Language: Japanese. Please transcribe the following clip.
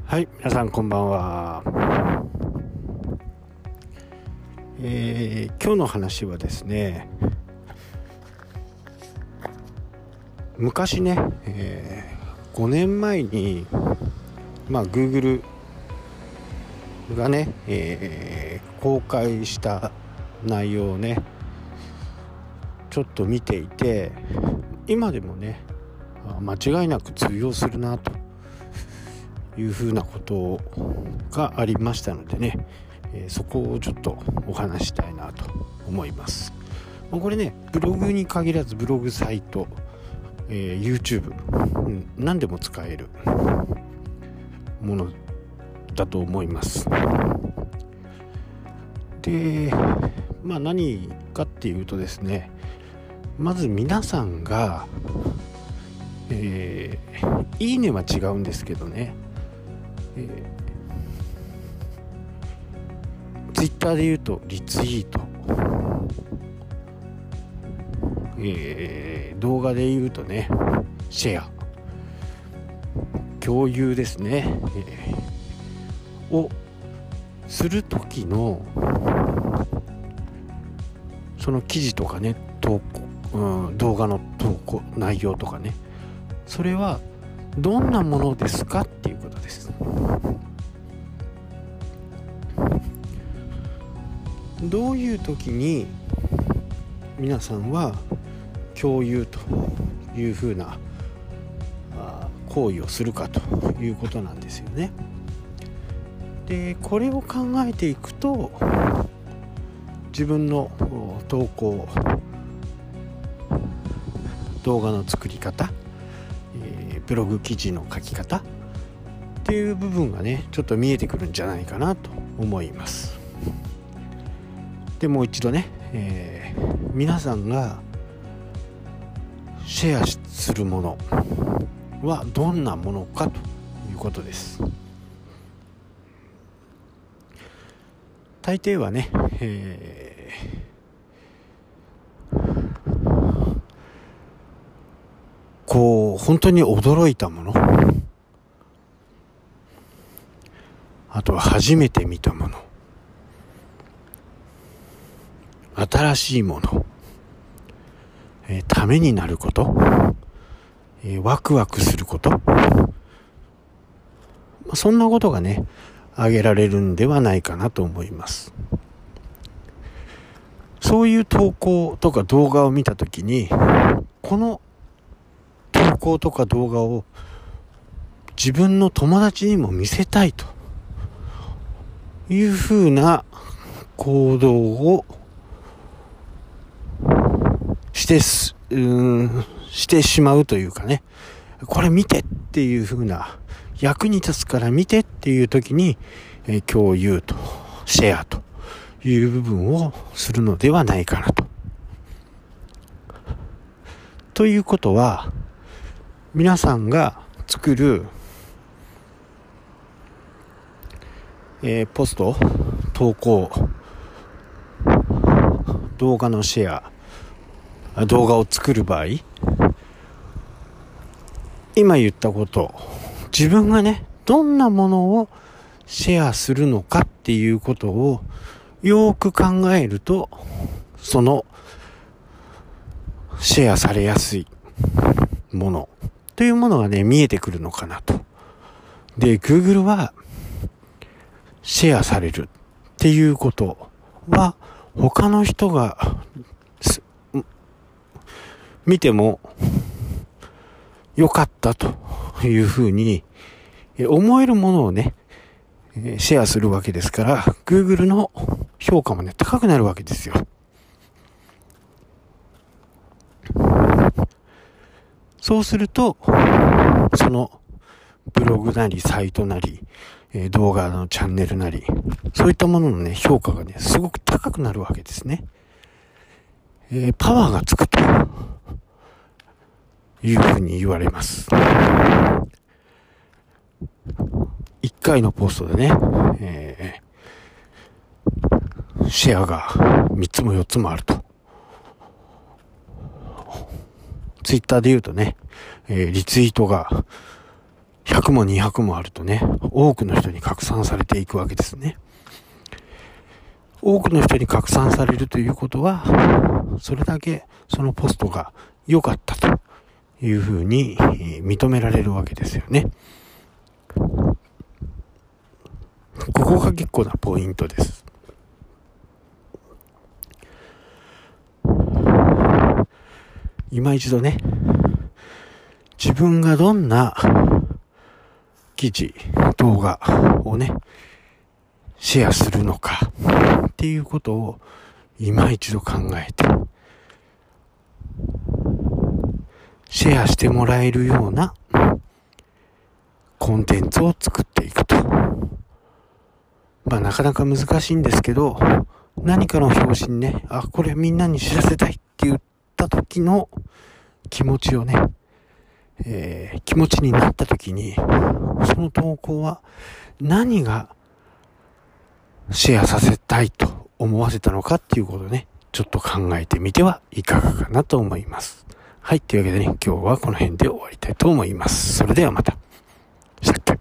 はい、皆さんこんばんは。今日の話はですね、昔ね、5年前に、Google がね、公開した内容をねちょっと見ていて、今でもね間違いなく通用するなというふうなことがありましたのでね、そこをちょっとお話したいなと思います。これね、ブログに限らずブログサイト、YouTube、何でも使えるものだと思います。で、何かっていうとですね、まず皆さんが、いいねは違うんですけどね、Twitter で言うとリツイート、動画で言うとねシェア、共有ですね、をする時のその記事とかね、投稿、動画の投稿内容とかね、それはどんなものですかっていうことです。どういう時に皆さんは共有というふうな行為をするかということなんですよね。で、これを考えていくと、自分の投稿、動画の作り方、ブログ記事の書き方っていう部分がねちょっと見えてくるんじゃないかなと思います。で、もう一度ね、皆さんがシェアするものはどんなものかということです。大抵はね、本当に驚いたもの、あとは初めて見たもの、新しいもの、ためになること、ワクワクすること、そんなことがね挙げられるんではないかなと思います。そういう投稿とか動画を見たときに、この投稿とか動画を自分の友達にも見せたいというふうな行動をしてしまうというかね、これ見てっていうふうな、役に立つから見てっていう時に、共有とシェアという部分をするのではないかなと。ということは、皆さんが作る、ポスト、投稿、動画のシェア、動画を作る場合、今言ったこと、自分がねどんなものをシェアするのかっていうことをよく考えると、そのシェアされやすいものというものがね見えてくるのかなと。で、 Google はシェアされるっていうことは他の人が見ても良かったというふうに思えるものをねシェアするわけですから、 Google の評価もね高くなるわけですよ。そうすると、そのブログなりサイトなり、動画のチャンネルなり、そういったもののね評価がねすごく高くなるわけですね。パワーがつくというふうに言われます。1回のポストでね、シェアが3つも4つもあると。ツイッターで言うとね、リツイートが 100も200もあるとね、多くの人に拡散されていくわけですね。多くの人に拡散されるということは、それだけそのポストが良かったというふうに認められるわけですよね。ここが結構なポイントです。今一度ね、自分がどんな記事、動画をね、シェアするのかっていうことを今一度考えて、シェアしてもらえるようなコンテンツを作っていくと。なかなか難しいんですけど、何かの表紙にね、これみんなに知らせたいって言った時の気持ちをね、気持ちになった時に、その投稿は何がシェアさせたいと思わせたのかっていうことをね、ちょっと考えてみてはいかがかなと思います。はい、というわけでね、今日はこの辺で終わりたいと思います。それではまた。したっけ。